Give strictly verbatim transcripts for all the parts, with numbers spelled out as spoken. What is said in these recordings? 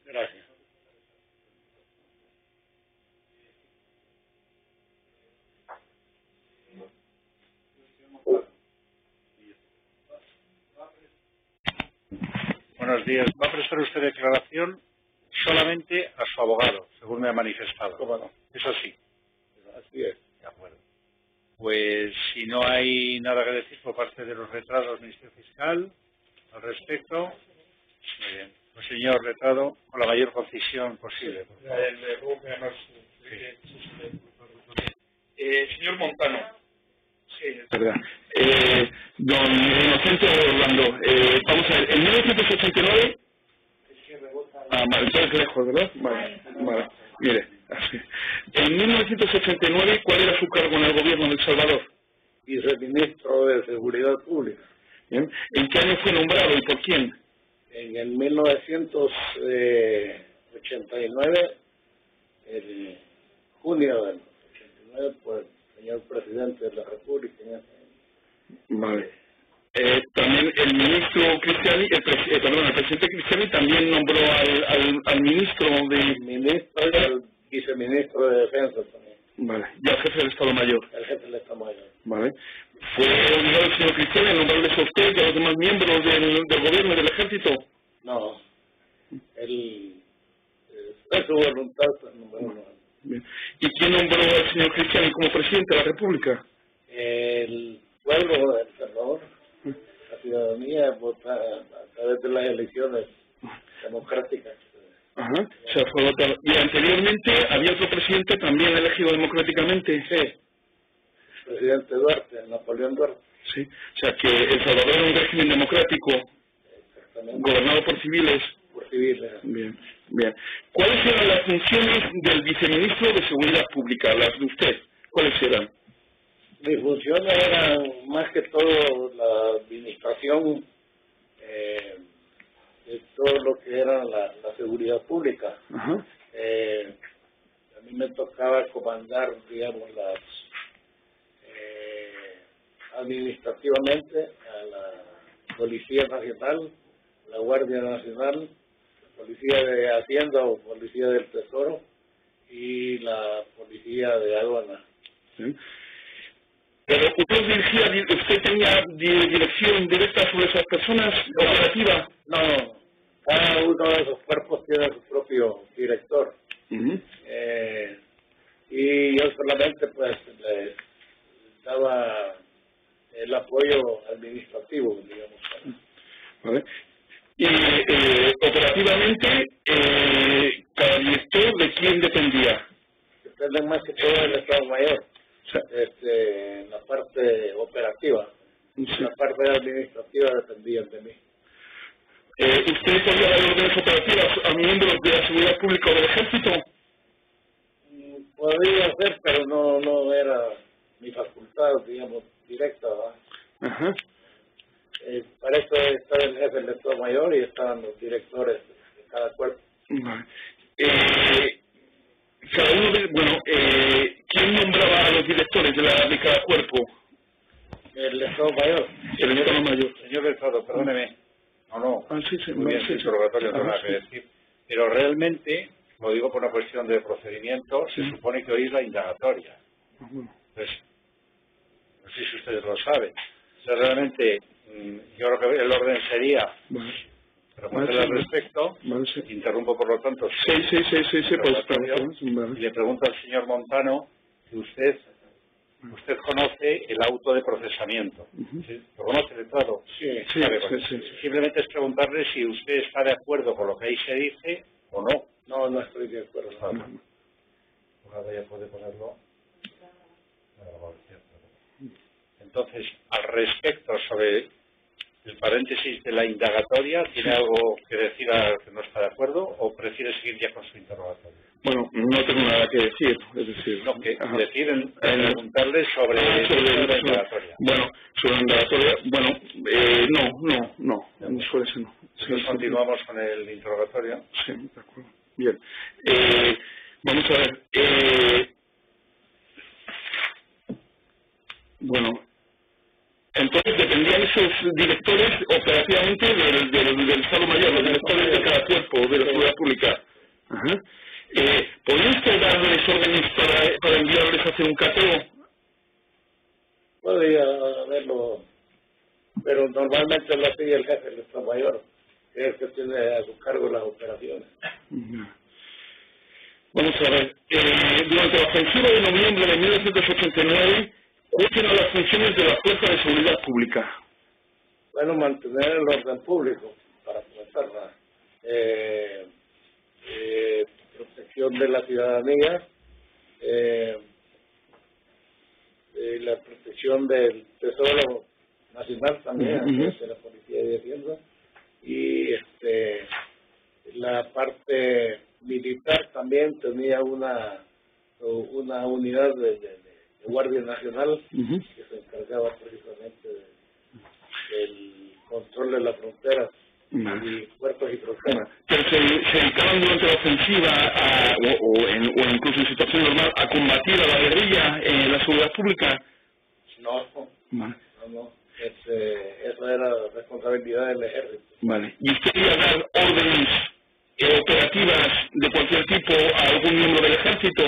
Gracias. Buenos días. ¿Va a prestar usted declaración solamente a su abogado, según me ha manifestado? ¿Cómo no? Es así. Así es. De acuerdo. Pues si no hay nada que decir por parte de los letrados del Ministerio Fiscal al respecto, muy bien. Pues señor letrado, con la mayor concisión posible. Por favor. Eh, señor Montano. Sí, es verdad. Eh, don Inocente Orlando, eh, vamos a ver, en mil novecientos ochenta y nueve... Ah, vale, entonces lejos, ¿verdad? Vale, vale. Mire, así. En mil novecientos ochenta y nueve, ¿cuál era su cargo en el gobierno de El Salvador? Viceministro de Seguridad Pública. Bien. ¿En qué año fue nombrado y por quién? En el mil novecientos ochenta y nueve, el junio del ochenta y nueve, por el señor presidente de la República. Vale. Eh, también el ministro Cristiani, el, pres eh, perdón, el presidente Cristiani también nombró al, al, al ministro de... El ministro y al viceministro de Defensa también. Vale. Y al jefe del Estado Mayor. El jefe del Estado Mayor. Vale. ¿Fue obligado el señor Cristiani a nombrarles a usted y a los demás miembros del, del gobierno y del ejército? No. Él, eh, fue su voluntad. Bueno, Bien. ¿Y quién nombró al señor Cristiani como presidente de la República? El pueblo del Salvador. La ciudadanía vota a través de las elecciones democráticas. Ajá, o sea, fue votado. ¿Y anteriormente había otro presidente también elegido democráticamente? Sí, el presidente Duarte, Napoleón Duarte. Sí, o sea que El Salvador era un régimen democrático, gobernado por civiles. Por civiles. Bien, bien. ¿Cuáles eran las funciones del viceministro de Seguridad Pública, las de usted? ¿Cuáles eran? Mis funciones eran más que todo la administración eh, de todo lo que era la, la seguridad pública. Ajá. Eh, a mí me tocaba comandar, digamos, las eh, administrativamente a la Policía Nacional, la Guardia Nacional, la Policía de Hacienda o Policía del Tesoro y la Policía de Aduana. Sí. Pero usted dirigía, usted tenía dirección directa sobre esas personas, operativa. No, cada uno de esos cuerpos tiene su propio director. Uh-huh. eh, y yo solamente pues les daba el apoyo administrativo, digamos. Vale. Y eh, operativamente, eh, cada director, ¿de quién dependía? Depende más que todo del Estado Mayor. Este, la parte operativa, sí. La parte administrativa dependía de mí. Eh, ¿Usted podía dar órdenes operativas a miembros de la seguridad pública o del ejército? Podría ser, pero no no era mi facultad, digamos, directa, ¿verdad? Ajá. Eh, para eso estaba el jefe del Estado Mayor y estaban los directores de cada cuerpo. Vale. Eh, cada uno de, bueno, eh, ¿quién nombraba a los directores de, la, de cada cuerpo? El Estado Mayor. El Estado Mayor. Señor letrado, perdóneme. No, no. Ah, sí, sí. Muy bien, sí, su sí. interrogatorio, no Ah, nada sí. que decir. Pero realmente, lo digo por una cuestión de procedimiento, Sí. se supone que hoy es la indagatoria. Ah, bueno. Pues, no sé si ustedes lo saben. O sea, realmente, yo creo que el orden sería Vale. preguntarle Vale, al sí. respecto, Vale, sí. interrumpo por lo tanto, Sí, sí, sí, sí, sí, pues está interrogatorio, bien. y Vale. le pregunto al señor Montano si usted usted conoce el auto de procesamiento. Uh-huh. ¿Sí? ¿Lo conoce, letrado? Sí, Sí, Vale, sí, bueno. sí. Simplemente es preguntarle si usted está de acuerdo con lo que ahí se dice o no. no, no estoy de acuerdo. Vale. Ahora ya puede ponerlo. Entonces, al respecto sobre el paréntesis de la indagatoria, ¿tiene algo que decir a que no está de acuerdo o prefiere seguir ya con su interrogatorio? Bueno, no tengo nada que decir, es decir... No, que ajá. deciden preguntarle sobre, Ah, sobre, sobre la sobre- indagatoria. Bueno, sobre la indagatoria, bueno, eh, no, no, no, no suele ser no. Sí, Entonces sí, continuamos con el interrogatorio. sí, de acuerdo. Bien. Eh, vamos a ver. Eh, bueno, entonces dependían esos directores operativamente del, del, del Estado Mayor, los directores de cada cuerpo de la seguridad pública. Ajá. Eh, ¿Podría usted darles órdenes para, para enviarles a hacer un cateo? Podría haberlo, pero normalmente lo sigue el jefe del Estado Mayor, que es el que tiene a su cargo las operaciones. Uh-huh. Vamos a ver, eh, durante la ofensiva de noviembre de mil novecientos ochenta y nueve, ¿cuáles eran las funciones de la Fuerza de Seguridad Pública? Bueno, mantener el orden público, para comenzar, eh, eh, protección de la ciudadanía, eh, eh, la protección del Tesoro Nacional también, uh-huh. de la Policía de Hacienda, y este la parte militar también tenía una una unidad de, de, de Guardia Nacional uh-huh. que se encargaba precisamente de, del control de las fronteras uh-huh. y puertos y fronteras. Pero se, se dedicaban durante la ofensiva a, o, o, en, o incluso en situación normal a combatir a la guerrilla en la seguridad pública. No, no, no, no. Este, eso era responsabilidad del ejército. Vale. ¿Y usted iba a dar órdenes eh, operativas de cualquier tipo a algún miembro del ejército?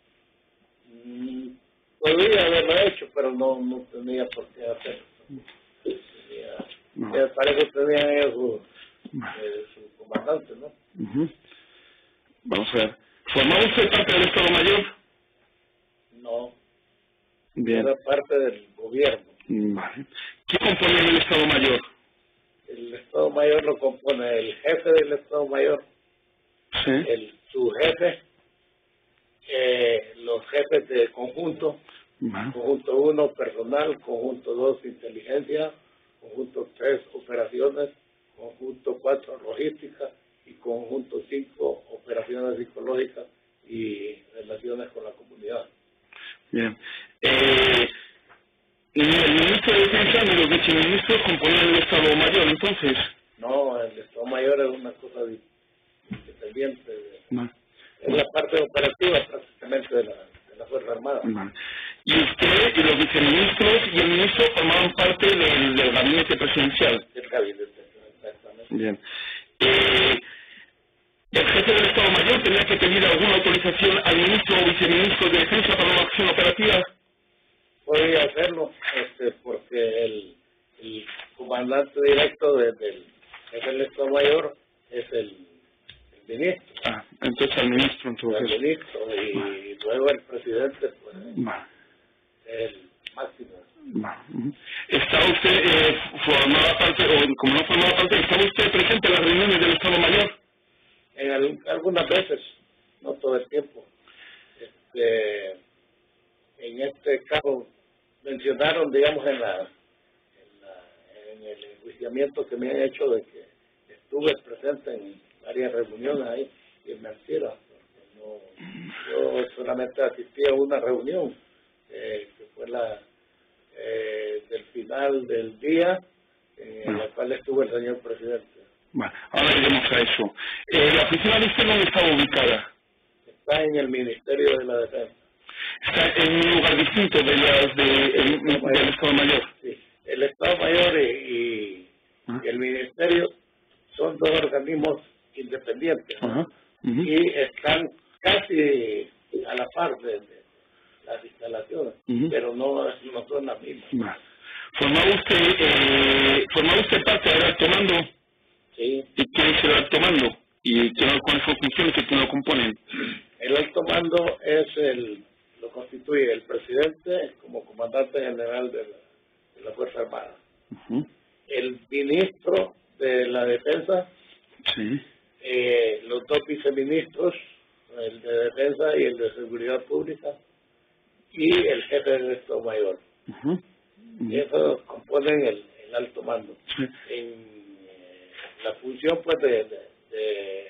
Mm, podría haberlo hecho, pero no, no tenía por qué hacerlo. Tenía, no. eh, para eso tenían ellos su, eh, su comandante, ¿no? Uh-huh. Vamos a ver. ¿Formaba usted parte del Estado Mayor? No. Bien. Era parte del gobierno. Vale. ¿Qué compone el Estado Mayor? El Estado Mayor lo compone el jefe del Estado Mayor, sí. el subjefe, eh, los jefes de conjunto, uh-huh. conjunto uno, personal, conjunto dos, inteligencia, conjunto tres, operaciones, conjunto cuatro, logística, y conjunto cinco, operaciones psicológicas y relaciones con la comunidad. Bien. Eh... ¿Y el ministro de Defensa ni los viceministros componen el Estado Mayor, entonces? No, el Estado Mayor es una cosa independiente. De, no. Es la parte operativa prácticamente de la, de la Fuerza Armada. No. ¿Y usted y los viceministros y el ministro formaban parte del, del gabinete presidencial? Del gabinete, exactamente. Bien. Eh, ¿El jefe del Estado Mayor tenía que pedir alguna autorización al ministro o viceministro de Defensa para una acción operativa? Podría hacerlo, este, porque el, el comandante directo de, del jefe del Estado Mayor es el, el ministro. Ah, entonces el ministro, entonces. El ministro, y ah. luego el presidente, pues, ah. el máximo. Ah. ¿Está usted, eh, formaba parte, o como no formaba parte, estaba usted presente en las reuniones del Estado Mayor? En al, algunas veces, no todo el tiempo. Este... En este caso, mencionaron, digamos, en, la, en, la, en el enjuiciamiento que me han hecho de que estuve presente en varias reuniones ahí, y es mentira, porque no, yo solamente asistí a una reunión, eh, que fue la eh, del final del día, eh, en la cual estuvo el señor presidente. Bueno, ahora iremos a eso. Eh, ¿La oficina de usted dónde está ubicada? Está en el Ministerio de la Defensa. Está en un lugar distinto de las de, el, del Estado Mayor. Sí, el Estado Mayor y, y, ¿Ah? y el Ministerio son dos organismos independientes, ¿no? Uh-huh. Y están casi a la par de, de las instalaciones, uh-huh. pero no, no son las mismas. Uh-huh. ¿Formaba usted, eh, ¿formaba usted parte del alto mando? Sí. ¿Y quién es el alto mando? ¿Y cuáles son sus funciones que lo componen? El alto mando es el lo constituye el presidente como comandante general de la, de la Fuerza Armada. Uh-huh. El ministro de la Defensa, sí. eh, los dos viceministros, el de Defensa y el de Seguridad Pública, y el jefe del Estado Mayor. Uh-huh. Uh-huh. Y esos componen el, el alto mando. Sí. En eh, la función pues de, de, de,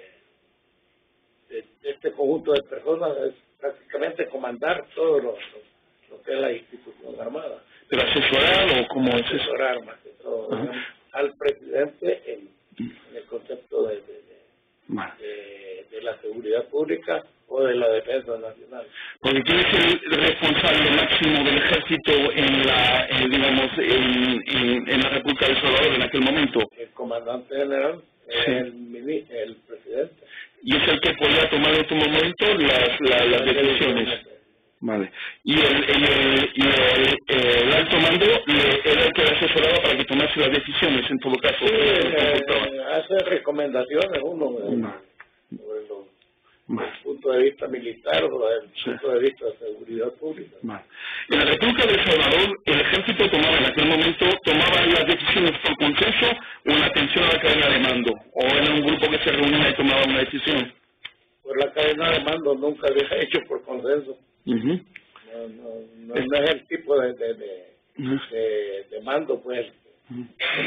de, de este conjunto de personas es prácticamente comandar todo lo, lo, lo que es la institución armada. ¿Pero asesorar o cómo es asesorar más que todo, uh-huh. digamos, al presidente en, en el concepto de, de, de, bueno. de, de la seguridad pública o de la defensa nacional. Porque ¿quién es el responsable máximo del ejército en la, eh, digamos, en, en, en la República de El Salvador en aquel momento? El comandante general, Sí. el, mini, el presidente. Y es el que podía tomar en tu momento las, la, las decisiones. Vale. Y el, el, el, y el, el alto mando le, era el que le asesoraba para que tomase las decisiones, en todo caso. Sí, eh, hace recomendaciones uno eh, No. sobre los, Vale. desde el punto de vista militar o desde el Sí. punto de vista de seguridad pública. Vale. En la República de El Salvador, el ejército tomaba en aquel momento, tomaba las decisiones por consenso o en atención a la cadena de mando, o era un grupo que se reunía y tomaba una decisión. Pues la cadena de mando nunca se ha hecho por consenso. Uh-huh. No, no, no, no es el tipo de, de, de, Uh-huh. de, de mando, pues. Uh-huh.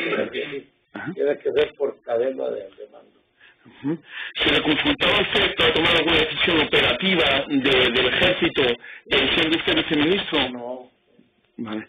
Ajá. Tiene que ser por cadena de, de mando. Uh-huh. ¿Se le consultaba a usted para tomar alguna decisión operativa de, del ejército, eh, siendo usted viceministro? No. Vale.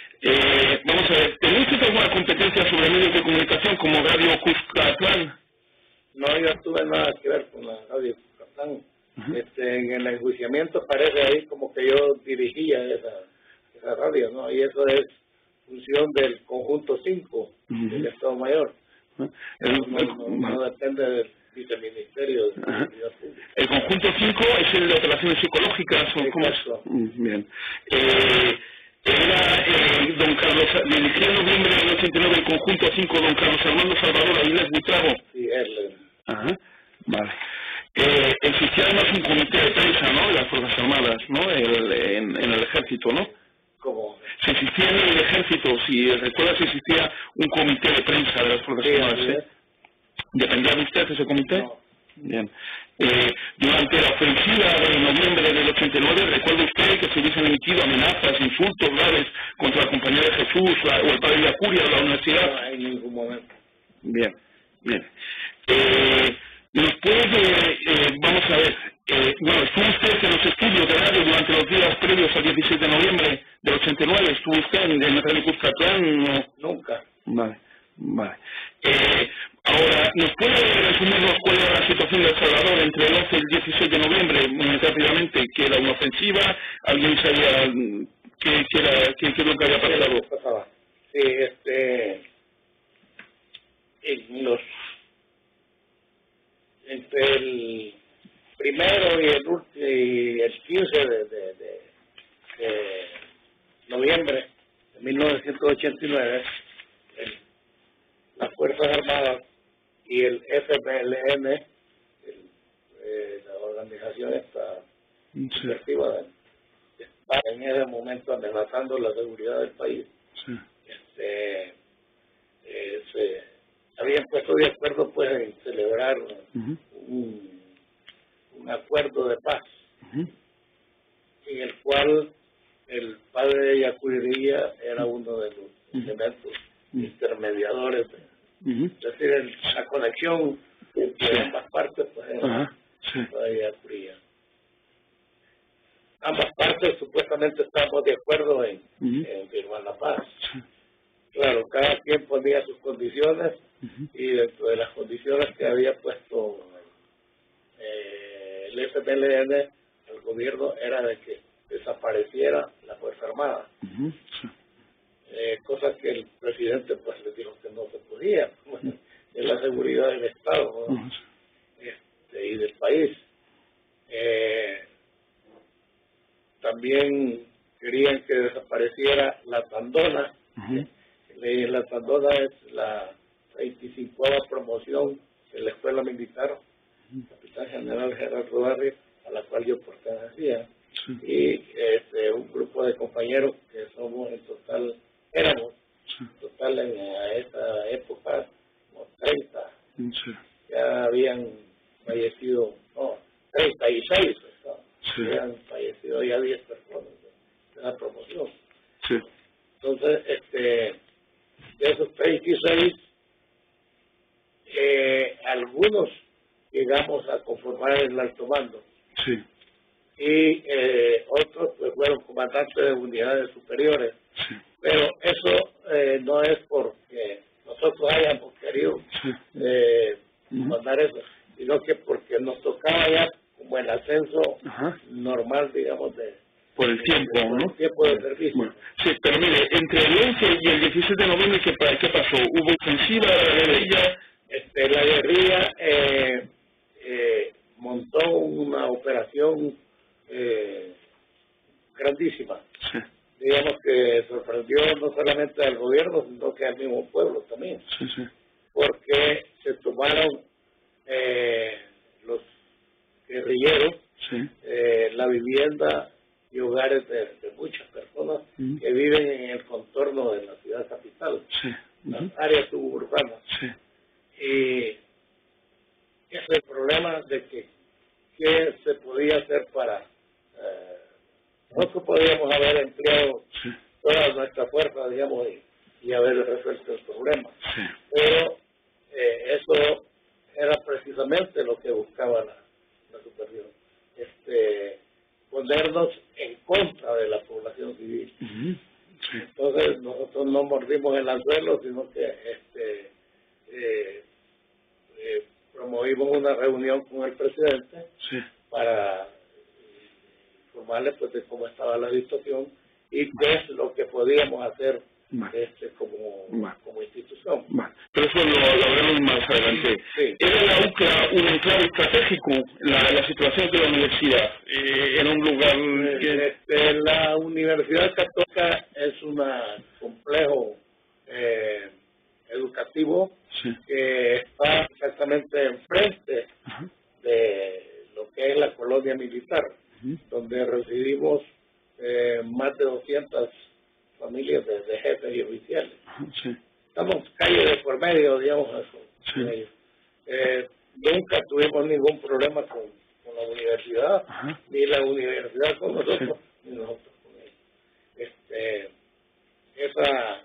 Eh, vamos a ver, ¿tenía usted alguna competencia sobre medios de comunicación como Radio Cuscatlán? No, yo no tuve nada que ver con la radio Cuscatlán. Uh-huh. Este, en el enjuiciamiento parece ahí como que yo dirigía esa, esa radio, ¿no? Y eso es función del conjunto cinco, uh-huh, del Estado Mayor. Uh-huh. El, no, no, no, no depende del viceministerio de Seguridad Pública. El conjunto cinco es el de operaciones psicológicas, ¿o cómo es? Bien. Eh, era eh, don Carlos, dirigía en noviembre del ochenta y nueve el conjunto cinco, don Carlos Armando Salvador Aguilar Buitrago. Sí, él. Ajá, vale. Eh, existía además un comité de prensa, ¿no?, de las Fuerzas Armadas, ¿no?, el, en, en el ejército, ¿no? ¿Cómo? Si existía en el ejército, si recuerdas, si existía un comité de prensa de las Fuerzas sí, Armadas, ¿eh? ¿Dependía de usted ese comité? No. Bien. Eh, durante la ofensiva de noviembre del ochenta y nueve, ¿recuerda usted que se hubiesen emitido amenazas, insultos graves contra la Compañía de Jesús la, o el Padre de Acuria de la universidad? No, en ningún momento. Bien, bien. Eh, ¿Nos puede, eh, vamos a ver, eh, bueno, estuvo usted en los estudios de radio durante los días previos al dieciséis de noviembre del ochenta y nueve? ¿Estuvo usted en, en Radio Cuscatlán? No. Nunca. Vale, vale. Eh, ahora, ¿nos puede resumirnos cuál era la situación de El Salvador entre el once y el dieciséis de noviembre, muy rápidamente? ¿Que era una ofensiva? ¿Alguien sabía qué, qué, era, qué, qué es lo que había pasado? ¿Qué pasaba? Sí, este... En los... Entre el primero y el último y el quince de, de, de, de noviembre de mil novecientos ochenta y nueve, el, las Fuerzas Armadas y el F M L N, el, eh, la organización esta subversiva, sí, está en ese momento amenazando la seguridad del país. Sí. Este, eh, se habían puesto de acuerdo pues en celebrar uh-huh. un, un acuerdo de paz, uh-huh, en el cual el padre de Yacuiría era uno de los uh-huh. elementos uh-huh. intermediadores, de, uh-huh. es decir, el, la conexión entre sí. ambas partes pues era uh-huh. sí. el padre de Yacuiría. Ambas partes supuestamente estábamos de acuerdo en, uh-huh. en firmar la paz. Sí. Claro, cada quien ponía sus condiciones, uh-huh, y dentro de las condiciones que había puesto eh, el F M L N, el gobierno, era de que desapareciera la Fuerza Armada. Uh-huh. Eh, cosa que el presidente pues le dijo que no se podía, uh-huh, de la seguridad del Estado, ¿no? Uh-huh. este, y del país. Eh, también querían que desapareciera la Tandona. Uh-huh. La Tandona es la veinticincuava promoción de la Escuela Militar, uh-huh, Capitán General Gerardo Barrio, a la cual yo pertenecía, sí, y este, un grupo de compañeros que somos en total, éramos sí. en total en a esta época como treinta, sí, ya habían fallecido, no, treinta y seis, ¿no? Sí. Habían fallecido ya diez personas de, de la promoción. Sí. Entonces, este, de esos treinta y seis, eh, algunos llegamos a conformar el alto mando. Sí. Y eh, otros pues fueron comandantes de unidades superiores. Sí. Pero eso eh, no es porque nosotros hayamos querido eh, uh-huh. mandar eso, sino que porque nos tocaba ya como el ascenso Ajá. normal, digamos, de por el tiempo, de, ¿no? El tiempo de servicio. Bueno, sí, pero mire, entre el once y el dieciséis de noviembre, ¿qué, qué pasó? ¿Hubo ofensiva, guerrilla? Este, la guerrilla eh, eh, montó una operación eh, grandísima. Sí. Digamos que sorprendió no solamente al gobierno, sino que al mismo pueblo también. Sí, sí. Porque se tomaron eh, los guerrilleros Sí. eh, la vivienda y hogares de, de muchas personas Uh-huh. que viven en el contorno de la ciudad capital, Sí. las Uh-huh. áreas suburbanas. Sí. Y ese es el problema de que qué se podía hacer para... Eh, nosotros podíamos haber empleado Sí. toda nuestra fuerza, digamos, y, y haber resuelto el problema. Sí. Pero eh, eso era precisamente lo que buscaba la, la superior. Este, ponernos en contra de la población civil. Uh-huh. Sí. Entonces nosotros no mordimos el anzuelo, sino que este, eh, eh, promovimos una reunión con el presidente Sí. para informarle pues de cómo estaba la situación y qué es lo que podíamos hacer Vale. este como, Vale. como institución. Vale. Pero eso lo, lo veremos más adelante. Sí. ¿Era la U C L A un enclave estratégico, la, la situación de la universidad? Eh, ¿Era un lugar que...? Este, la Universidad Católica es un complejo eh, educativo Sí. que está exactamente enfrente Ajá. de lo que es la colonia militar, Uh-huh. donde recibimos eh, más de doscientas familias de, de jefes y oficiales. Ajá. Sí. Estamos calle de por medio, digamos, con, Sí. con ellos. Eh, nunca tuvimos ningún problema con, con la universidad, Ajá. ni la universidad con nosotros, Sí. ni nosotros con ellos. Este, esa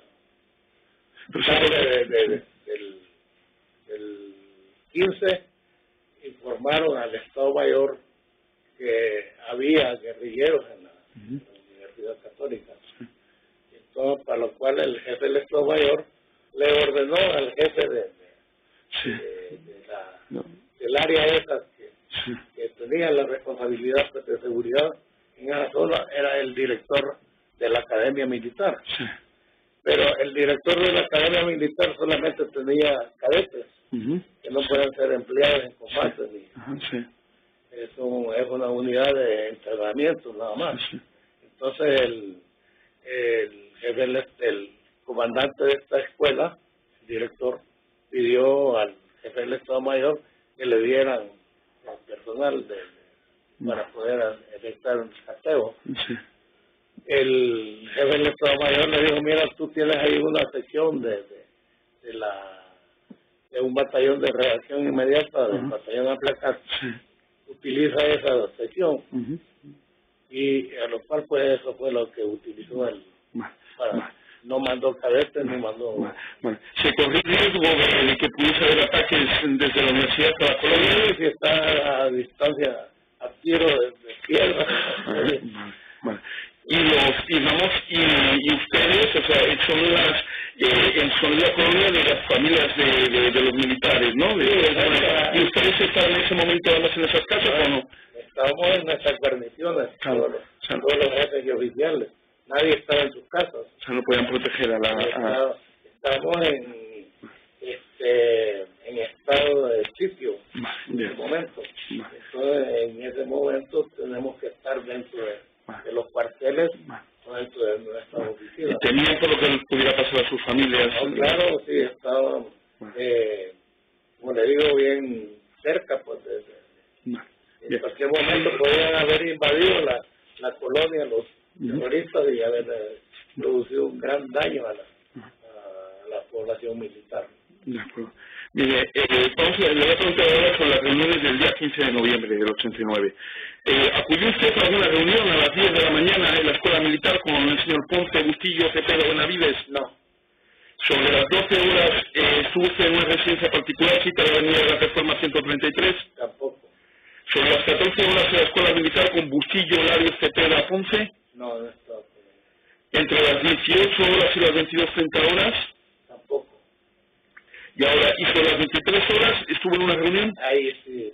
Pero tarde sí. de, de, de, del, del quince informaron al Estado Mayor que había guerrilleros en la, Uh-huh. en la Universidad Católica. Entonces, para lo cual el jefe del Estado Mayor le ordenó al jefe de, de, Sí. de, de la, No. del área esa que, Sí. que tenía la responsabilidad pues, de seguridad en esa zona, era el director de la Academia Militar. Sí. Pero el director de la Academia Militar solamente tenía cadetes, Uh-huh. que no pueden ser empleados en combate. Ni, Ajá. Sí. es, un, es una unidad de entrenamiento nada más. Sí. Entonces el, el jefe, del- el comandante de esta escuela, el director, pidió al jefe del Estado Mayor que le dieran el personal de, de- para poder efectuar un cateo. Sí. El jefe del Estado Mayor le dijo, mira, tú tienes ahí una sección de, de, de la de un batallón de reacción inmediata, del Ujú. batallón Aplacar, Sí. utiliza esa sección, Uh-huh. y a lo cual pues eso fue lo que utilizó él Vale. para, Vale. no mandó cadetes ni mandó. Vale. Vale. ¿Se corrió el riesgo de, de que pudiese haber ataques desde la universidad hasta la colonia? Sí, si está a distancia, a tiro de, de piedra. Vale. Vale. Y los, y vamos, y, y ustedes, o sea, son las, eh, son la colonia de las familias de, de, de los militares, ¿no? De, Sí, de- exacto. ¿Y ustedes están en ese momento además en esas casas o no? Estábamos en nuestras guarniciones, Claro, todos, los, claro. todos los jefes y oficiales. Nadie estaba en sus casas. O sea, no podían proteger a la... A... Está- Estamos en, este, en estado de sitio Vale, en bien. ese momento. Vale. Entonces, en ese momento tenemos que estar dentro de, Vale. de los cuarteles Vale. o dentro de nuestras oficinas. Y temían por lo que les pudiera pasar a sus familias. No, claro, sí, estábamos, Bueno. eh, como le digo, bien cerca, pues, de, de- Vale. en Bien. cualquier momento podrían haber invadido la, la colonia los Ujú. terroristas y haber eh, producido un gran daño a la, a la población militar. De acuerdo. Mire, eh, vamos a, le voy a preguntar ahora sobre las reuniones del día quince de noviembre del ochenta y nueve. Eh, ¿Acudió usted a alguna reunión a las diez de la mañana en la escuela militar con el señor Ponce, Bustillo, Cepeda, Benavides? No, Sobre las doce horas eh, estuvo usted en una residencia particular, cita de la avenida de la Reforma ciento treinta y tres. tampoco. Sobre las catorce horas en la escuela militar con Bustillo, Larios, Cepeda, Ponce. No, no está. Entre las dieciocho horas y las veintidós treinta horas. Tampoco. Y ahora, y sobre las veintitrés horas estuvo en una reunión. Ahí sí.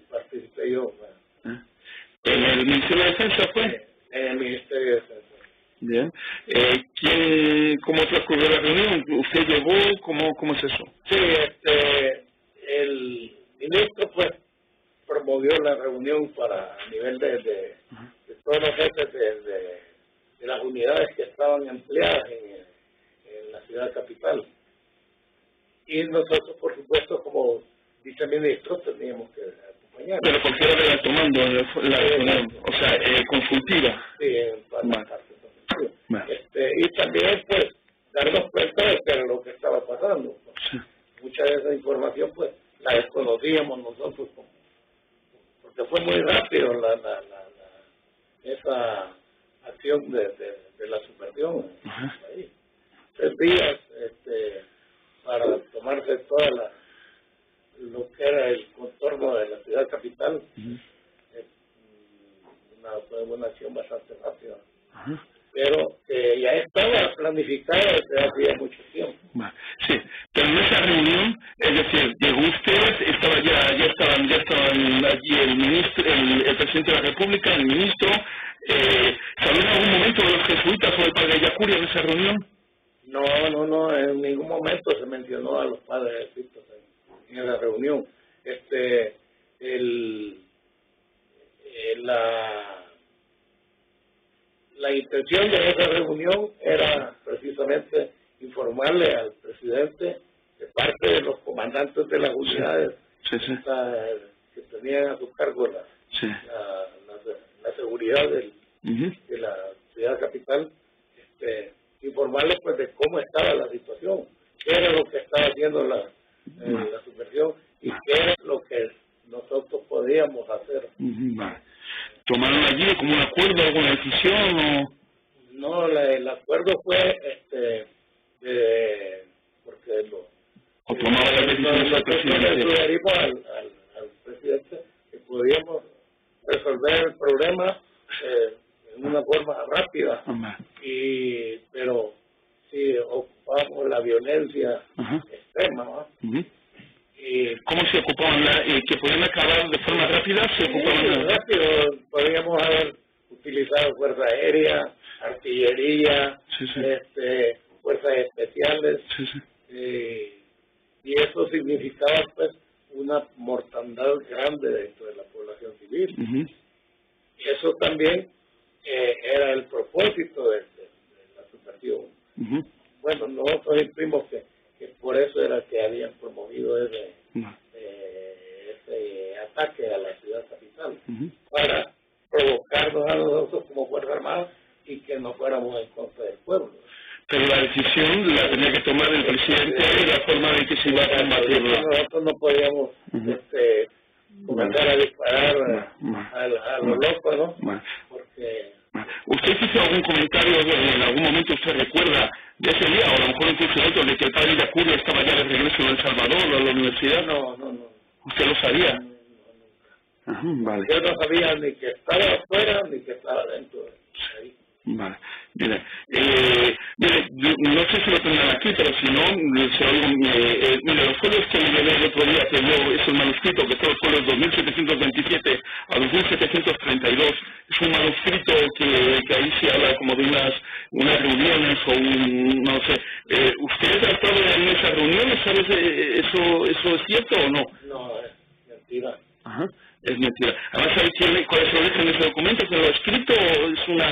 Ministerio de Defensa fue? En el Ministerio de Defensa. Bien. Eh, ¿quién, ¿Cómo transcurrió la reunión? ¿Usted llegó? ¿Cómo, cómo es eso? Sí, este, el ministro pues promovió la reunión para a nivel de, de, de todos los jefes de, de, de las unidades que estaban empleadas en, en la ciudad capital. Y nosotros, por supuesto, como viceministros, teníamos que acompañar. Pero ¿por qué la iba tomando la, la reunión? O sea, eh, consultiva. Sí, en parte consultiva. Este, y también, pues, darnos cuenta de que era lo que estaba pasando. Pues. Sí. Mucha de esa información, pues, la desconocíamos nosotros, porque fue muy rápido la, la, la, la esa acción de, de, de la subversión. Ahí. Tres días este, para tomarse toda la lo que era el contorno de la ciudad capital. Uh-huh. Es una, fue una acción bastante rápida. Uh-huh. Pero eh, ya estaba planificada desde hacía mucho tiempo. Sí, pero en esa reunión, es decir, llegó usted, estaba ya, ya estaban, ya estaban allí el ministro, el, el presidente de la República, el ministro, eh, ¿salió en algún momento de los jesuitas o el padre Yacuria en esa reunión? No, no, no, en ningún momento se mencionó a los padres jesuitas en, en esa reunión. Este, el, el la La intención de esa reunión era precisamente informarle al presidente de parte de los comandantes de las unidades sí, sí. Esta, que tenían a su cargo la, sí. la, la, la seguridad del, uh-huh. de la ciudad capital, este, informarle pues de cómo estaba la situación, qué era lo que estaba haciendo la, eh, uh-huh. la subversión y qué era lo que nosotros podíamos hacer. Uh-huh. Vale. ¿Tomaron allí como un acuerdo, alguna decisión o...? No, la, el acuerdo fue, este, de, porque lo... ¿O tomaba la decisión del presidente? Le sugerimos al, al, al presidente que podíamos resolver el problema eh, en una forma rápida, uh-huh. y pero si ocupamos la violencia uh-huh. extrema, ¿no? Uh-huh. Y, ¿cómo se ocupaban? La, eh, ¿Que podían acabar de forma rápida? ¿Se ocupaban? Sí, rápido. Podríamos haber utilizado fuerza aérea, artillería, sí, sí. Este, fuerzas especiales, sí, sí. Eh, y eso significaba pues una mortandad grande dentro de la población civil. Uh-huh. Y eso también eh, era el propósito de, de, de la subversión. Uh-huh. Bueno, nosotros imprimos que que por eso era que habían promovido ese, no. eh, ese ataque a la ciudad capital, uh-huh. para provocarnos a nosotros como Fuerza Armada y que no fuéramos en contra del pueblo. Pero la decisión la tenía que tomar el presidente y la forma en que se iba a combatirlo. Nosotros no podíamos uh-huh. este, comenzar a disparar uh-huh. a, a, a lo loco, ¿no? Uh-huh. Porque... ¿Usted hizo algún comentario, en algún momento usted recuerda de ese día, o a lo mejor incluso otro, de que el padre Yacuria estaba ya de regreso en El Salvador o en la universidad? No, no, no. ¿Usted lo sabía? No, no, Ajá, vale. Yo no sabía ni que estaba afuera ni que estaba dentro de ahí. Vale. Mire, eh, mire, no sé si lo tendrán aquí, pero si no, se oigo, eh, eh, mire, los folios que le llevé el otro día, que yo, es un manuscrito que fue los folios dos mil setecientos veintisiete a dos mil setecientos treinta y dos, es un manuscrito que, que ahí se habla como de unas, unas reuniones o un, no sé, eh, ¿usted ha estado en esas reuniones? ¿Sabes eso, eso es cierto o no? No, es mentira. Ajá, es mentira. Además, ¿sabe quién, cuál es el origen de ese documento? ¿Se lo ha escrito o es una...?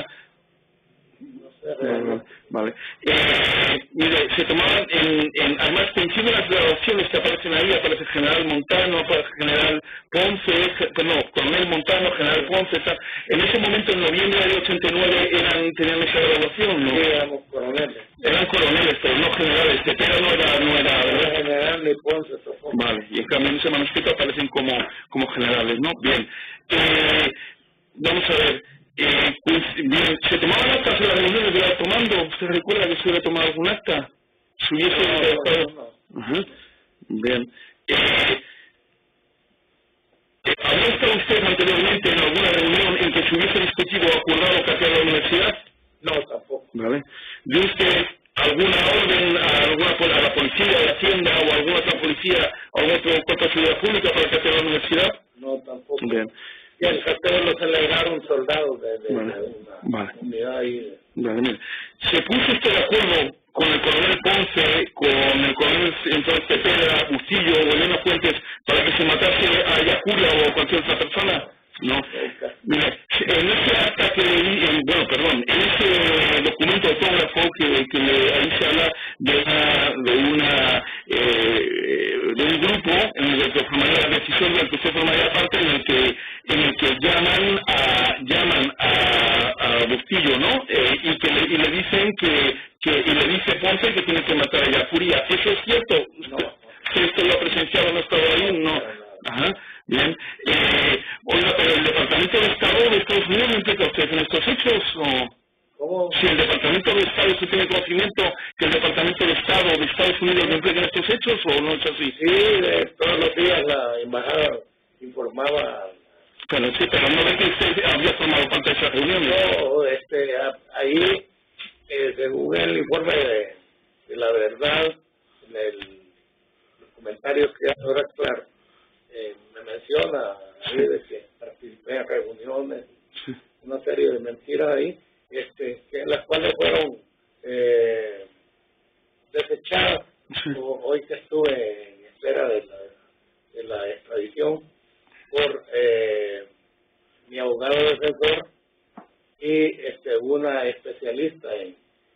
Vale, vale. Eh, mire, se tomaban en, en además coinciden las grabaciones que aparecen ahí, aparece General Montano, aparece General Ponce, no, Coronel Montano, General Ponce, tal. En ese momento, en noviembre del ochenta y nueve, eran, tenían esa grabación, ¿no? Sí, éramos coroneles. Eran coroneles, pero no generales, que pero no era, no era, ¿verdad? General ni Ponce, tampoco. Vale, y en cambio en ese manuscrito aparecen como, como generales, ¿no? Bien. Eh, vamos a ver. Eh, pues, bien, ¿se tomaban actas de las reuniones que iba tomando? ¿Usted recuerda que se hubiera tomado algún acta? ¿Se hubiese no, no, no. Ajá. Bien. Eh, ¿Había estado usted anteriormente en alguna reunión en que se hubiese discutido o acordado que hacía la universidad? No, tampoco. Vale. ¿Dio usted alguna orden a, alguna, a la policía de Hacienda o a alguna otra policía o a algún otro cuerpo de seguridad pública para que hacía la universidad? No, tampoco. Bien. Y el festejo lo celebraron soldados de, de, vale. de una Vale. unidad ahí. Vale, mire. ¿Se puso usted de acuerdo con el coronel Ponce, con el coronel entonces Cepeda, Bustillo o Elena Fuentes para que se matase a Yacuria o a cualquier otra persona? No. Mire, en ese acta que leí, en, bueno, perdón, en ese documento autógrafo que, que le, ahí se habla de una, de una, eh, de un grupo en el que formaría la decisión del que usted formaría parte, en el que, en el que llaman a, llaman a, a Bustillo, ¿no? Eh, y que le, y le dicen que, que, y le dice Ponce que tiene que matar a Yacuria. ¿Eso es cierto? No. ¿Si usted lo ha presenciado, no estaba ahí? No. Ajá, bien. Eh, oiga, pero el Departamento de Estado de Estados Unidos no implica usted en estos hechos, o... ¿Cómo? Si el Departamento de Estado, ¿usted tiene conocimiento que el Departamento de Estado de Estados Unidos no implica en estos hechos, o no es así? Sí, de, todos los días la embajada informaba. Pero sí, pero no ve que usted había formado parte de esa reunión. No, este, a, ahí, eh, según el informe de, de la verdad, en el, los comentarios que hace ahora, claro, eh, me menciona ahí de que participé en reuniones, Sí. una serie de mentiras ahí, este, que las cuales fueron eh, desechadas. Sí. O, hoy que estuve en espera de la, de la extradición por eh, mi abogado defensor y este, una especialista en,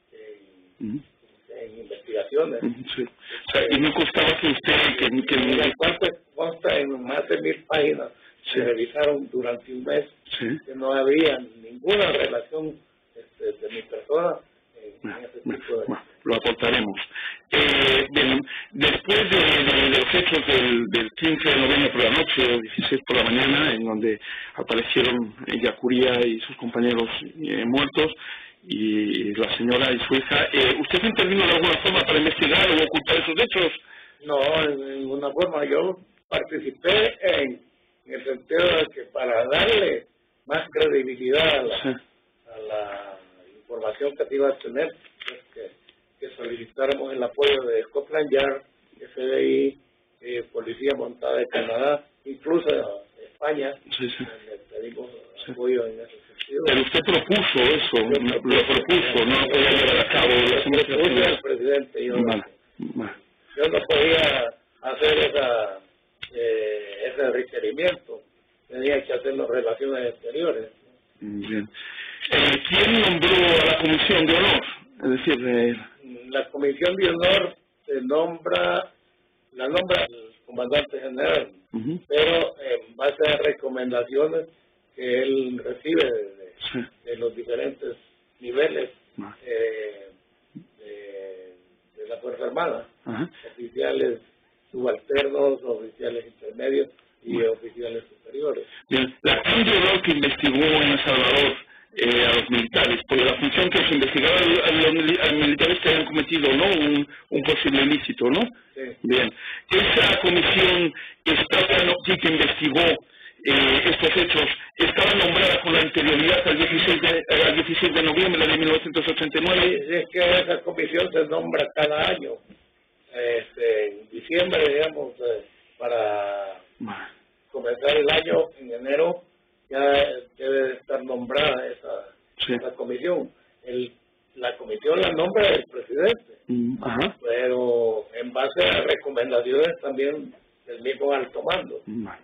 en, Uh-huh. en investigaciones. Uh-huh. Sí. O sea, y no costaba que usted... Que, que, en el cual consta en más de mil páginas. Sí. Se revisaron durante un mes. Sí. Que no había ninguna relación este, de mi persona en, Bueno, en ese bueno, tipo de... bueno, lo aportaremos. Eh, bien, después de, de, de los hechos del, del quince de noviembre por la noche o dieciséis por la mañana, en donde aparecieron Yacuria y sus compañeros eh, muertos, y la señora y su hija, eh, ¿usted intervino de alguna forma para investigar o ocultar esos hechos? No, en ninguna forma. Yo participé en, en el sentido de que para darle más credibilidad a la, Sí. a la información que se iba a tener, pues que, que solicitáramos el apoyo de Scotland Yard, F B I, eh, Policía Montada de Canadá, incluso de España, Sí, sí. le pedimos Sí. apoyo en ese sentido. Pero usted propuso eso, Yo lo propuso, no podía llevar a cabo las Yo propuse al investigaciones. presidente, yo, Vale, vale. yo no podía hacer esa, eh, ese requerimiento, tenía que hacer las relaciones exteriores. Bien. Eh, ¿Quién nombró a la Comisión de Honor? Es decir, eh, La Comisión de Honor se nombra, la nombra el comandante general, uh-huh. pero en base a recomendaciones que él recibe de, Sí. de los diferentes niveles Ah. eh, de, de la Fuerza Armada, Ajá. oficiales subalternos, oficiales intermedios y Bueno. oficiales superiores. Bien, la Comisión de Honor que investigó en El Salvador eh, a los militares, por la función que es investigar a los, a los mili- a los militares que hayan cometido, ¿no? Un, un posible ilícito, ¿no? Sí. Bien. Esa comisión estaba, no, sí, que investigó eh, estos hechos, estaba nombrada con anterioridad al dieciséis de, al dieciséis de noviembre de mil novecientos ochenta y nueve. Y es que esa comisión se nombra cada año, este, en diciembre, digamos, eh, para comenzar el año, en enero, ya debe de estar nombrada esa, Sí. esa comisión. El, la comisión la nombra el presidente, Mm, Ajá. pero en base a recomendaciones también del mismo alto mando. Vale.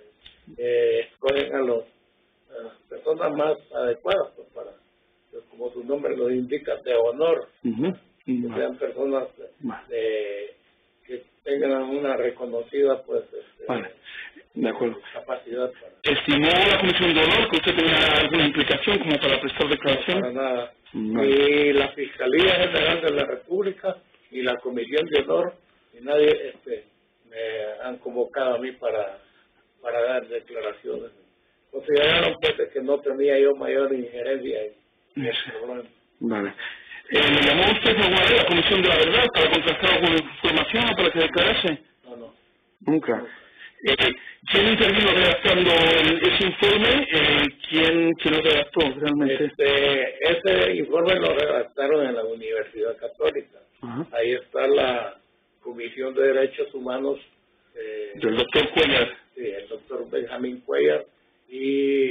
Eh, escogen a, los, a las personas más adecuadas, pues, para, pues, como su nombre lo indica, de honor, Ujú. que Vale. sean personas Vale. de, que tengan una reconocida pues este, Vale. De acuerdo. capacidad para, ¿Estimó la Comisión de Honor que usted tenía alguna implicación como para prestar declaración? para nada. Vale. Ni la Fiscalía General de la República, ni la Comisión de Honor, ni nadie este, me han convocado a mí para, para dar declaraciones. Consideraron pues de que no tenía yo mayor injerencia en, en el Sí. problema. Vale. Eh, ¿Me llamó usted alguna vez a la Comisión de la Verdad para contrastar alguna información o para que declarase? No, no. Nunca. Eh, ¿Quién intervino redactando el- ese informe? Eh, ¿quién, ¿Quién lo redactó realmente? Este, ese informe lo redactaron en la Universidad Católica. Ajá. Ahí está la Comisión de Derechos Humanos, eh, Del doctor Cuellar. sí, el doctor Benjamín Cuellar y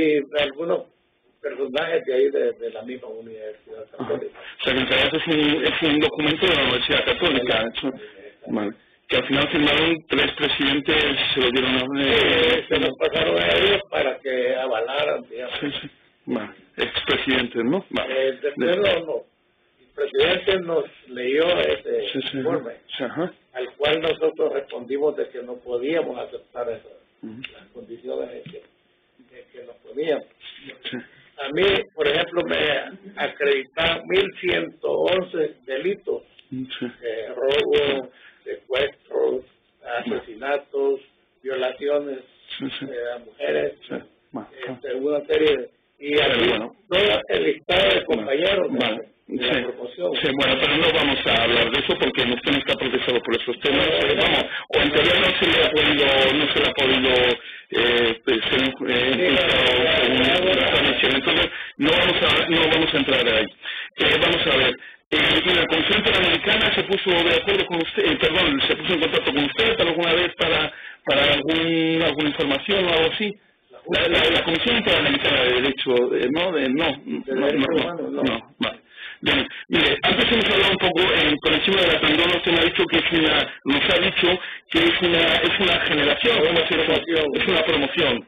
y algunos personajes de ahí de, de la misma Universidad Católica. O sea, que en realidad es un, es un documento de la Universidad Católica. Eso, vale. Que al final firmaron tres presidentes, se lo dieron a... Eh, se los pasaron a ellos para que avalaran, digamos. Sí, sí. Vale. Expresidentes, ¿no? Vale. Eh, después no, no. El presidente nos leyó ese sí, sí, informe, sí, ajá. al cual nosotros respondimos de que no podíamos aceptar esas, uh-huh. las condiciones en que, en que nos poníamos. Sí. A mí, por ejemplo, me acreditaron mil ciento once delitos, Sí. eh, robo, secuestros, asesinatos, violaciones sí, sí. Eh, a mujeres, sí. Bueno, este, una serie de... Y aquí bueno. todo el listado de compañeros bueno, de, vale. de sí. la promoción. Sí, bueno, pero no vamos a hablar de eso porque usted no está procesado por esos temas. Eh, vamos, o en teoría no se le ha podido, no se le ha podido eh, ser eh, impulsado según la transmisión. Entonces, no vamos a, no vamos a entrar ahí. Eh, vamos a ver. Eh, y la Comisión Interamericana se puso de acuerdo con usted, eh, perdón, se puso en contacto con usted alguna vez para, para algún, alguna información o algo así. La, la, la Comisión Interamericana de Derecho, eh, ¿no? De, no, no, no, no, no, no, vale. Bien, mire, antes hemos hablado un poco eh, por encima de la tandona, usted me ha dicho que es una, nos ha dicho que es una, es una generación, ¿cómo es eso? Es una promoción.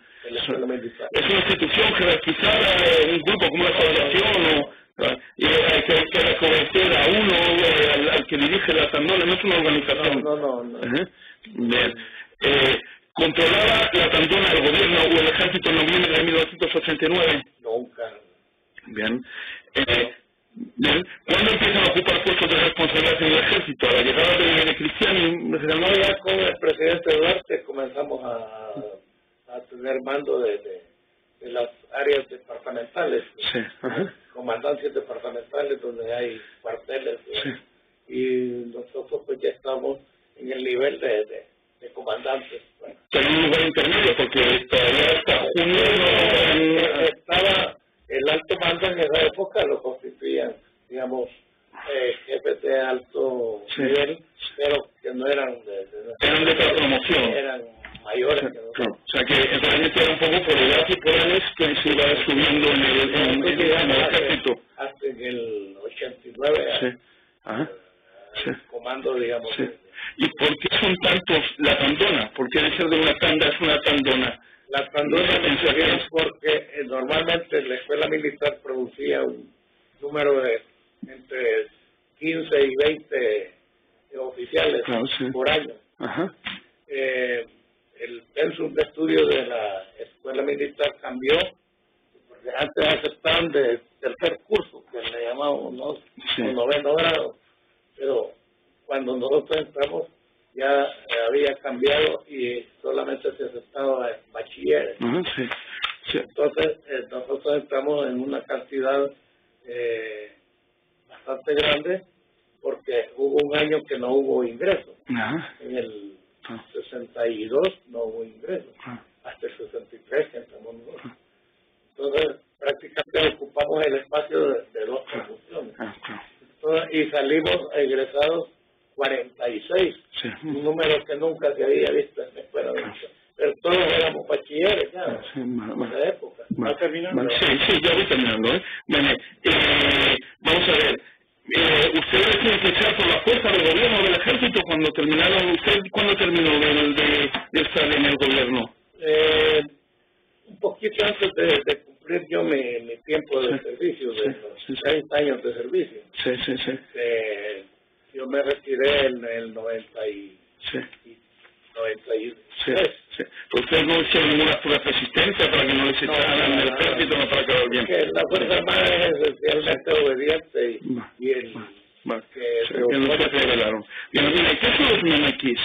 Es una institución jerarquizada, un grupo como una asociación o... y hay que, hay que reconocer a uno, eh, al, al que dirige la tandona, no es una organización. No, no, no. no. Uh-huh. Bien. Eh, ¿Controlaba la tandona el gobierno o el ejército en noviembre de mil novecientos ochenta y nueve? Nunca. Bien. Eh, bien. ¿Cuándo empiezan a ocupar puestos de responsabilidad en el ejército? ¿A la llegada de, de Cristiani? No, ya con el presidente Duarte comenzamos a, a tener mando de, de, de las áreas departamentales. Sí. Uh-huh. Comandancias departamentales donde hay cuarteles. Sí. Y nosotros pues ya estamos en el nivel de, de, de comandantes. Bueno. Pero en un lugar intermedio, porque todavía hasta junio no... Estaba el alto mando en esa época, lo constituían, digamos, eh, jefes de alto sí. nivel, pero que no eran de... de eran de otra promoción. Eran mayores. Sí, que no. Claro. O sea que realmente era un poco por edad y por años que se iba subiendo en el, en, en, en el ejército. Hasta en el ochenta y nueve, sí. Ajá. Sí. Comando, digamos. Sí. ¿Y por qué son tantos la tandona? ¿Por qué de ser de una tanda es una tandona? La tandona es porque eh, normalmente la escuela militar producía un número de entre quince y veinte eh, oficiales claro, sí. por año. Ajá. Eh, el pensum de estudio de la escuela militar cambió, porque antes aceptaban de tercer curso, que le llamábamos, ¿no? Sí. O noveno grado, pero cuando nosotros entramos ya eh, había cambiado y solamente se aceptaba bachilleres. Uh-huh, sí. Sí. Entonces eh, nosotros entramos en una cantidad eh, bastante grande porque hubo un año que no hubo ingreso. Uh-huh. En el uh-huh. sesenta y dos no hubo ingreso, uh-huh. hasta el sesenta y tres que entramos nosotros. Uh-huh. Entonces prácticamente ocupamos el espacio de, de dos promociones. Uh-huh. Y salimos egresados cuarenta y seis, sí. Un número que nunca se había visto en la escuela de uh-huh. Pero todos éramos bachilleres ya, sí, en ma, esa época. Ma, ¿Va terminando? Ma, sí, sí, ya voy terminando. ¿eh? Bueno, eh, vamos a ver. Eh, ¿Ustedes tienen que echar por la fuerza del gobierno del ejército cuando terminaron? ¿Usted cuándo terminó de, de, de estar en el gobierno? Eh, un poquito antes de, de cumplir yo mi, mi tiempo de sí, servicio, de sí, los sí, treinta años de servicio. Sí, sí, sí. Eh, yo me retiré en el noventa y sí. noventa y sí, sí. ¿Ustedes no hicieron ninguna pura resistencia para que no les echaran no, no, el ejército, no para quedar bien? Que la Fuerza Armada es esencialmente obediente y, va, y el... Va, va. que, sí, que no se revelaron. Bien, mira, ¿qué son los manequis?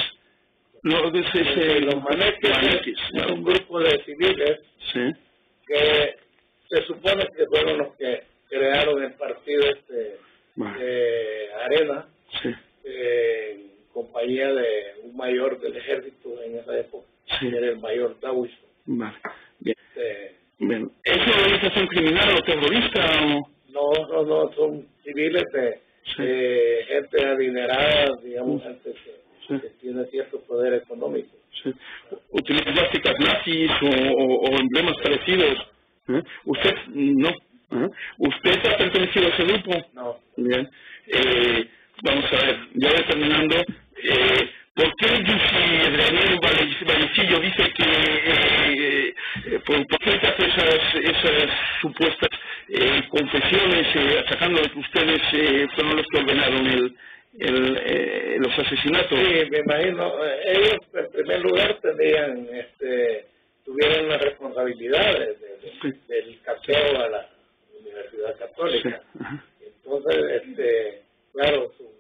No, es ese, los manequis, manequis es, es un grupo de civiles sí. que se supone que fueron los que crearon el partido este va. de Arena. Sí. Eh, compañía de un mayor del ejército en esa época, sí. Era el mayor Dawson. Vale, bien. Eh, bien. ¿Es una organización criminal o terrorista o...? No, no, no, son civiles de sí. eh, gente adinerada, digamos, gente que, sí. que tiene cierto poder económico. Sí. ¿Utilizan plásticas nazis o, o, o emblemas parecidos? ¿Eh? ¿Usted no? ¿Eh? ¿Usted ha pertenecido a ese grupo? No. Bien. Eh, vamos a ver, ya voy terminando. Eh, ¿Por qué dice Daniel Vallecillo dice que eh, eh, por, por qué hace esas, esas supuestas eh, confesiones eh, achacando que ustedes eh, fueron los que ordenaron el, el, eh, los asesinatos? Sí, me imagino. Ellos, en primer lugar, tenían, este, tuvieron la responsabilidad de, de, de, sí. del cateo a la Universidad Católica. Sí. Entonces, este, claro, su,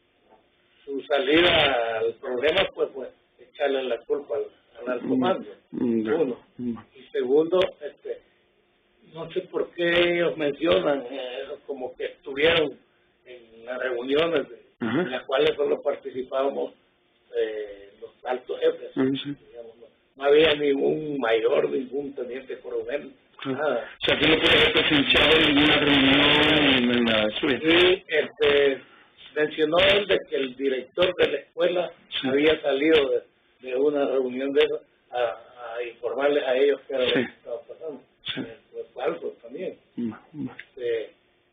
su salida al problema fue pues echarle la culpa al, al alto mando, mm, uno. Mm. Y segundo, este, no sé por qué ellos mencionan eh, como que estuvieron en las reuniones de, uh-huh. en las cuales solo participábamos eh, los altos jefes. Uh-huh. Digamos, no, no había ningún mayor, ningún teniente coronel, uh-huh. nada. O sea, que no puede haber presenciado ninguna reunión en la suya. Y este, mencionó él de que el director de la escuela sí. había salido de, de una reunión de eso a, a informarles a ellos qué era sí. lo que estaba pasando. Sí. Pues falso también. No, no. Este,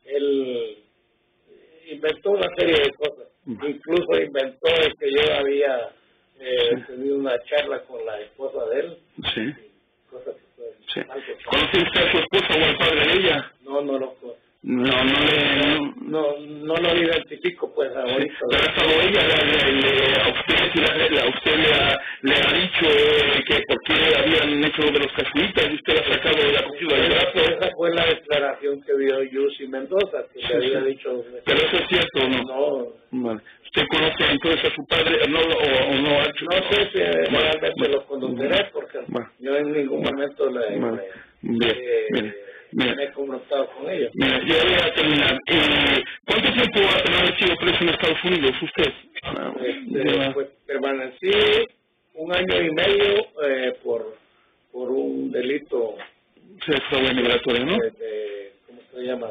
él inventó una serie de cosas. No. Incluso inventó el que yo había eh, sí. tenido una charla con la esposa de él. Sí. Cosas que fueron sí. ¿Conoce usted a su esposa o al padre de ella? No, no lo conozco. No, no le... No, no, no lo identifico, pues, ahorita. Sí. Pero hasta ella, le, le, a usted, le, a usted le, ha, le ha dicho eh, que por qué habían hecho lo de los casuitas y usted la ha sacado de la cogida del brazo. Esa fue la declaración que dio Yusi Mendoza, que sí, le había sí. dicho... Pero eso es cierto, ¿o no? No. Vale. ¿Usted conoce entonces a su padre no, o, o no ha hecho? No sé si realmente vale. los conoceré, porque vale. yo en ningún momento le... Vale. le bien, eh, bien. Mira, me he conectado con ellos. Mira, yo voy a terminar. Eh, ¿Cuánto tiempo ha permanecido preso en Estados Unidos usted? Este, pues permanecí un año y medio eh, por por un delito sí, fraude migratorio, ¿no? De, de, ¿cómo se llama?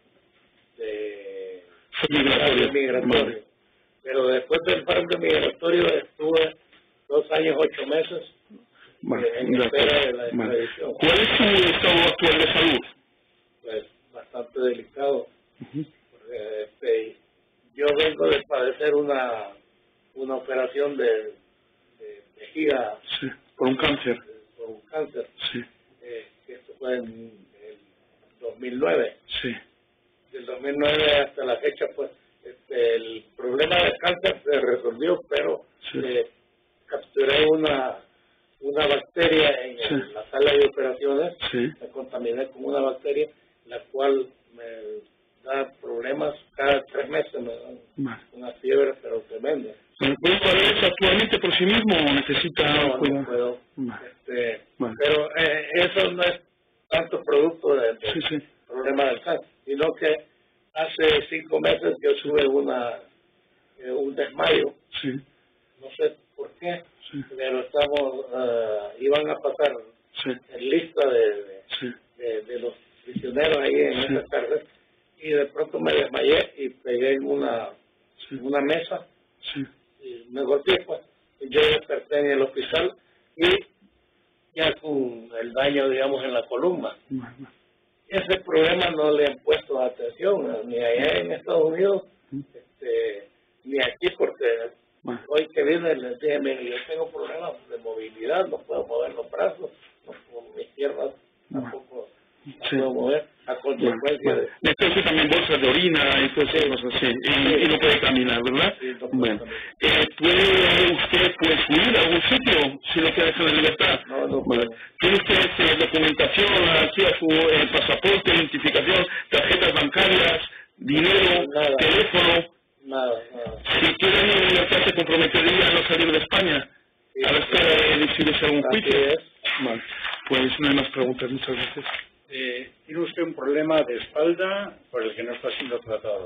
De, de migratorio. migratorio. Vale. Pero después del fraude migratorio estuve dos años, ocho meses vale. eh, en espera de la extradición. Vale. ¿Cuál es su estado actual de salud? Pues bastante delicado. Uh-huh. Porque, este, yo vengo de padecer una una operación de, de vejiga sí, por un cáncer. Por un cáncer. Sí. Eh, que esto fue en el dos mil nueve. Sí. Del dos mil nueve hasta la fecha, pues, este, el problema del cáncer se resolvió, pero sí. eh, capturé una una bacteria en sí. el, la sala de operaciones, sí. me contaminé con una bacteria, la cual me da problemas cada tres meses, me da vale. una fiebre, pero tremenda. ¿Puede parar eso actualmente por sí mismo o necesita...? No, no puedo. Vale. Este, vale. Pero eh, eso no es tanto producto del de sí, sí. problema del cáncer, sino que hace cinco meses yo tuve una eh, un desmayo. Sí. No sé por qué, sí. pero estamos, uh, iban a pasar sí. en lista de, de, sí. de, de los prisioneros ahí en sí. esa cárcel, y de pronto me desmayé y pegué en una, sí. en una mesa sí. y me golpeé, pues. Yo desperté en el hospital y ya con el daño, digamos, en la columna. Bueno. Ese problema no le han puesto atención ni allá en Estados Unidos, este, ni aquí, porque bueno. hoy que vine les dije, mire, yo tengo problemas de movilidad, no puedo mover los brazos, no puedo, mis piernas tampoco bueno. no sí. puedo mover, a consecuencia bueno. de... Entonces también bolsas de orina y cosas sí. así, y, sí. y no puede caminar, ¿verdad? Sí, no bueno. Eh, ¿Puede usted pues huir a algún sitio si no quiere dejar de libertad? No, no bueno. ¿Tiene usted eh, documentación, aquí a su eh, pasaporte, identificación, tarjetas bancarias, dinero, nada. teléfono? Nada, nada. Si quiere en libertad, ¿se comprometería a no salir de España? Sí, a la espera de decidirse algún juicio. Vale. Pues no hay más preguntas, muchas gracias. Eh, tiene usted un problema de espalda por el que no está siendo tratado.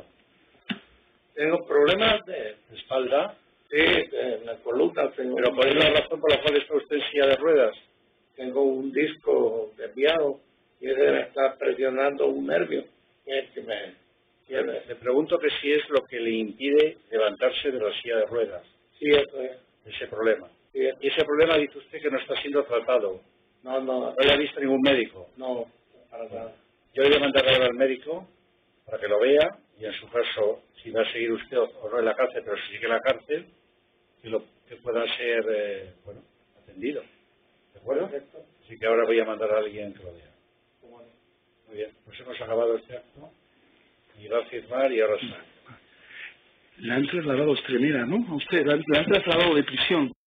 Tengo problemas de espalda, sí, en la columna. Tengo pero ¿cuál es la razón por la cual está usted en silla de ruedas? Tengo un disco desviado y ese me está presionando un nervio, que es que me tiene. Le pregunto que si es lo que le impide levantarse de la silla de ruedas. Sí, eso es. Ese problema. Sí, y ese problema dice usted que no está siendo tratado. No, no. ¿No le ha visto ningún médico? No. para nada. Yo le voy a mandar ahora al médico para que lo vea y en su caso, si va a seguir usted o no en la cárcel, pero si sigue en la cárcel, que, lo, que pueda ser eh, bueno, atendido. ¿De acuerdo? Perfecto. Así que ahora voy a mandar a alguien que lo vea. Bueno. Muy bien, pues hemos acabado este acto y va a firmar y ahora está. Le han trasladado a Estremera, ¿no? A usted, le han, le han trasladado de prisión.